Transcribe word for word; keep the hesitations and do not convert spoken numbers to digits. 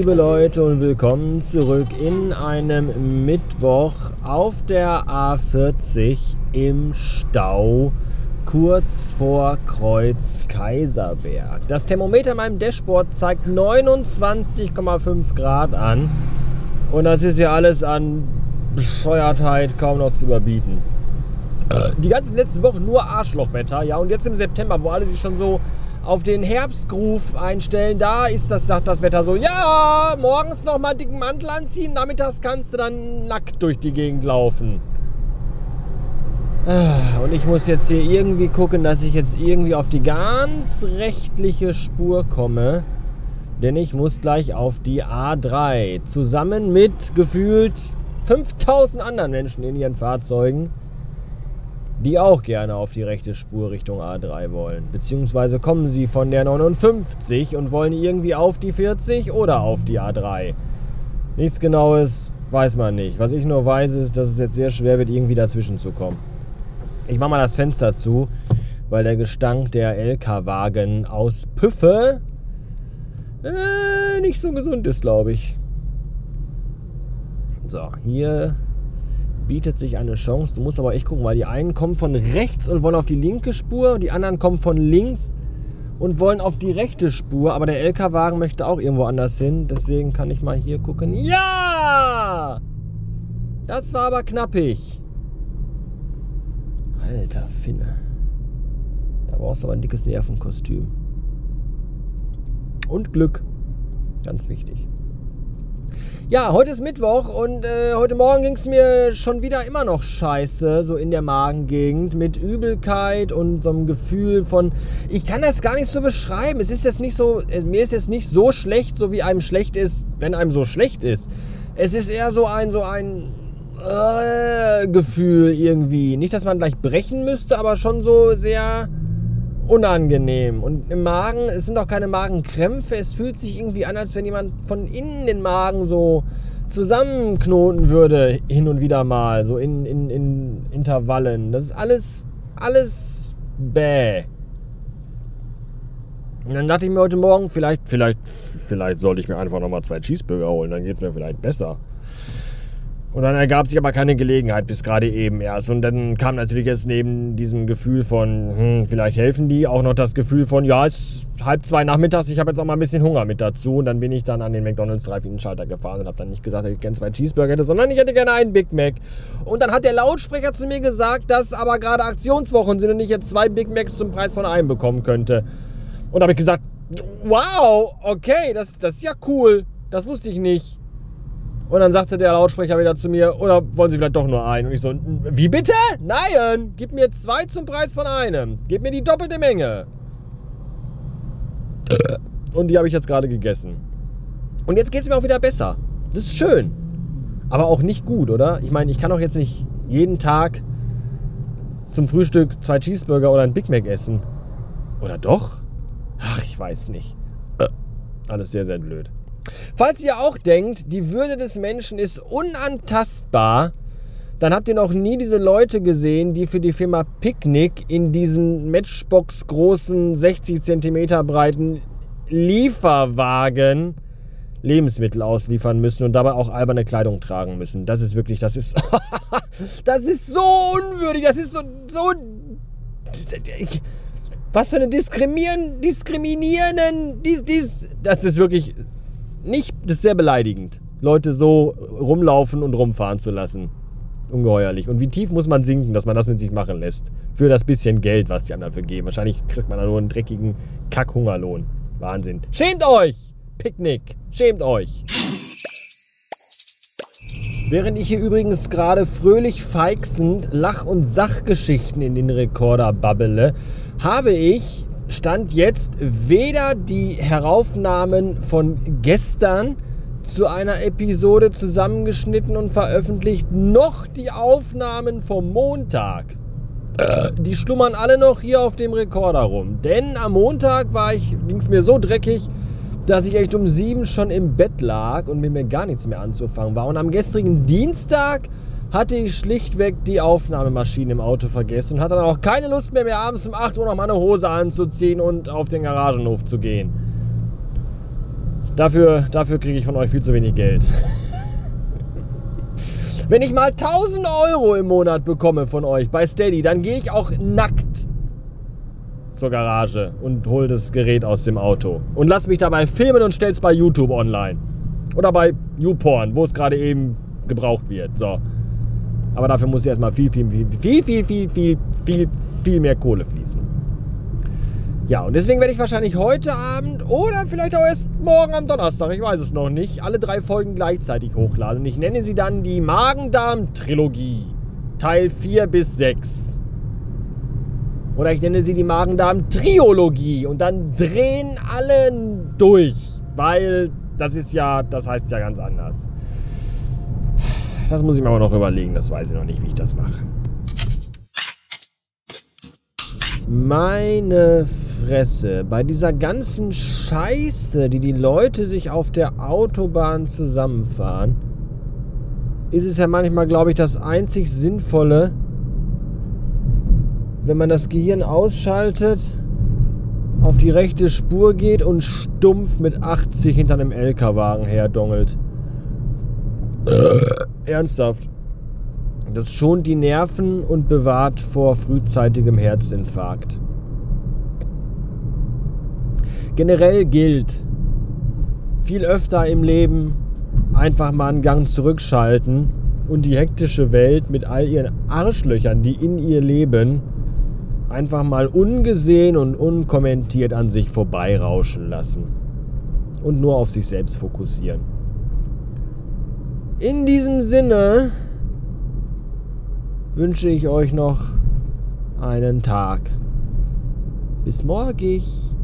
liebe Leute, und willkommen zurück in einem Mittwoch auf der A vierzig im Stau, kurz vor Kreuz Kaiserberg. Das Thermometer in meinem Dashboard zeigt neunundzwanzig Komma fünf Grad an und das ist ja alles an Bescheuertheit kaum noch zu überbieten. Die ganzen letzten Wochen nur Arschlochwetter, ja, und jetzt im September, wo alle sich schon so auf den Herbstgruf einstellen, da ist das, sagt das Wetter so, ja, morgens nochmal einen dicken Mantel anziehen, nachmittags kannst du dann nackt durch die Gegend laufen. Und ich muss jetzt hier irgendwie gucken, dass ich jetzt irgendwie auf die ganz rechtliche Spur komme, denn ich muss gleich auf die A drei, zusammen mit gefühlt fünftausend anderen Menschen in ihren Fahrzeugen, die auch gerne auf die rechte Spur Richtung A drei wollen. Beziehungsweise kommen sie von der neunundfünfzig und wollen irgendwie auf die vierzig oder auf die A drei. Nichts Genaues weiß man nicht. Was ich nur weiß, ist, dass es jetzt sehr schwer wird, irgendwie dazwischen zu kommen. Ich mache mal das Fenster zu, weil der Gestank der L K-Wagen aus Püffe äh, nicht so gesund ist, glaube ich. So, hier bietet sich eine Chance. Du musst aber echt gucken, weil die einen kommen von rechts und wollen auf die linke Spur und die anderen kommen von links und wollen auf die rechte Spur. Aber der L K-Wagen möchte auch irgendwo anders hin. Deswegen kann ich mal hier gucken. Ja! Das war aber knappig. Alter Finne. Da brauchst du aber ein dickes Nervenkostüm. Und Glück. Ganz wichtig. Ja, heute ist Mittwoch und äh, heute Morgen ging es mir schon wieder immer noch scheiße, so in der Magengegend, mit Übelkeit und so einem Gefühl von, ich kann das gar nicht so beschreiben, es ist jetzt nicht so, mir ist jetzt nicht so schlecht, so wie einem schlecht ist, wenn einem so schlecht ist. Es ist eher so ein, so ein äh, Gefühl irgendwie, nicht, dass man gleich brechen müsste, aber schon so sehr unangenehm. Und im Magen, es sind auch keine Magenkrämpfe, es fühlt sich irgendwie an, als wenn jemand von innen den Magen so zusammenknoten würde, hin und wieder mal, so in, in, in Intervallen. Das ist alles, alles bäh. Und dann dachte ich mir heute Morgen, vielleicht, vielleicht, vielleicht sollte ich mir einfach nochmal zwei Cheeseburger holen, dann geht es mir vielleicht besser. Und dann ergab sich aber keine Gelegenheit, bis gerade eben erst. Und dann kam natürlich jetzt neben diesem Gefühl von, hm, vielleicht helfen die, auch noch das Gefühl von, ja, es ist halb zwei nachmittags, ich habe jetzt auch mal ein bisschen Hunger mit dazu. Und dann bin ich dann an den McDonald's Drive-In-Schalter gefahren und habe dann nicht gesagt, dass ich gerne zwei Cheeseburger hätte, sondern ich hätte gerne einen Big Mac. Und dann hat der Lautsprecher zu mir gesagt, dass aber gerade Aktionswochen sind und ich jetzt zwei Big Macs zum Preis von einem bekommen könnte. Und da habe ich gesagt, wow, okay, das, das ist ja cool, das wusste ich nicht. Und dann sagte der Lautsprecher wieder zu mir, oder wollen Sie vielleicht doch nur einen? Und ich so, wie bitte? Nein, gib mir zwei zum Preis von einem. Gib mir die doppelte Menge. Und die habe ich jetzt gerade gegessen. Und jetzt geht es mir auch wieder besser. Das ist schön. Aber auch nicht gut, oder? Ich meine, ich kann doch jetzt nicht jeden Tag zum Frühstück zwei Cheeseburger oder ein Big Mac essen. Oder doch? Ach, ich weiß nicht. Alles sehr, sehr blöd. Falls ihr auch denkt, die Würde des Menschen ist unantastbar, dann habt ihr noch nie diese Leute gesehen, die für die Firma Picknick in diesen Matchbox großen sechzig Zentimeter breiten Lieferwagen Lebensmittel ausliefern müssen und dabei auch alberne Kleidung tragen müssen. Das ist wirklich, das ist das ist so unwürdig, das ist so, so was für eine diskriminieren, diskriminierenden, dies, dies, das ist wirklich nicht, das ist sehr beleidigend, Leute so rumlaufen und rumfahren zu lassen. Ungeheuerlich. Und wie tief muss man sinken, dass man das mit sich machen lässt? Für das bisschen Geld, was die einem dafür geben. Wahrscheinlich kriegt man da nur einen dreckigen Kack-Hungerlohn. Wahnsinn. Schämt euch! Picknick! Schämt euch! Während ich hier übrigens gerade fröhlich feixend Lach- und Sachgeschichten in den Rekorder babbele, habe ich Stand jetzt weder die Heraufnahmen von gestern zu einer Episode zusammengeschnitten und veröffentlicht, noch die Aufnahmen vom Montag. Die schlummern alle noch hier auf dem Rekorder rum. Denn am Montag war ich, ging es mir so dreckig, dass ich echt um sieben schon im Bett lag und mit mir gar nichts mehr anzufangen war. Und am gestrigen Dienstag hatte ich schlichtweg die Aufnahmemaschine im Auto vergessen und hatte dann auch keine Lust mehr, mir abends um acht Uhr noch mal eine Hose anzuziehen und auf den Garagenhof zu gehen. Dafür, dafür kriege ich von euch viel zu wenig Geld. Wenn ich mal tausend Euro im Monat bekomme von euch bei Steady, dann gehe ich auch nackt zur Garage und hole das Gerät aus dem Auto. Und lass mich dabei filmen und stell's bei YouTube online. Oder bei YouPorn, wo es gerade eben gebraucht wird. So. Aber dafür muss erstmal viel, viel, viel, viel, viel, viel, viel, viel, viel mehr Kohle fließen. Ja, und deswegen werde ich wahrscheinlich heute Abend oder vielleicht auch erst morgen am Donnerstag, ich weiß es noch nicht, alle drei Folgen gleichzeitig hochladen. Und ich nenne sie dann die Magen-Darm-Trilogie, Teil vier bis sechs. Oder ich nenne sie die Magen-Darm-Triologie und dann drehen alle durch, weil das ist ja, das heißt ja ganz anders. Das muss ich mir aber noch überlegen, das weiß ich noch nicht, wie ich das mache. Meine Fresse, bei dieser ganzen Scheiße, die die Leute sich auf der Autobahn zusammenfahren, ist es ja manchmal, glaube ich, das einzig Sinnvolle, wenn man das Gehirn ausschaltet, auf die rechte Spur geht und stumpf mit achtzig hinter einem L K W-Wagen herdongelt. Ernsthaft. Das schont die Nerven und bewahrt vor frühzeitigem Herzinfarkt. Generell gilt, viel öfter im Leben einfach mal einen Gang zurückschalten und die hektische Welt mit all ihren Arschlöchern, die in ihr leben, einfach mal ungesehen und unkommentiert an sich vorbeirauschen lassen und nur auf sich selbst fokussieren. In diesem Sinne wünsche ich euch noch einen Tag. Bis morgen.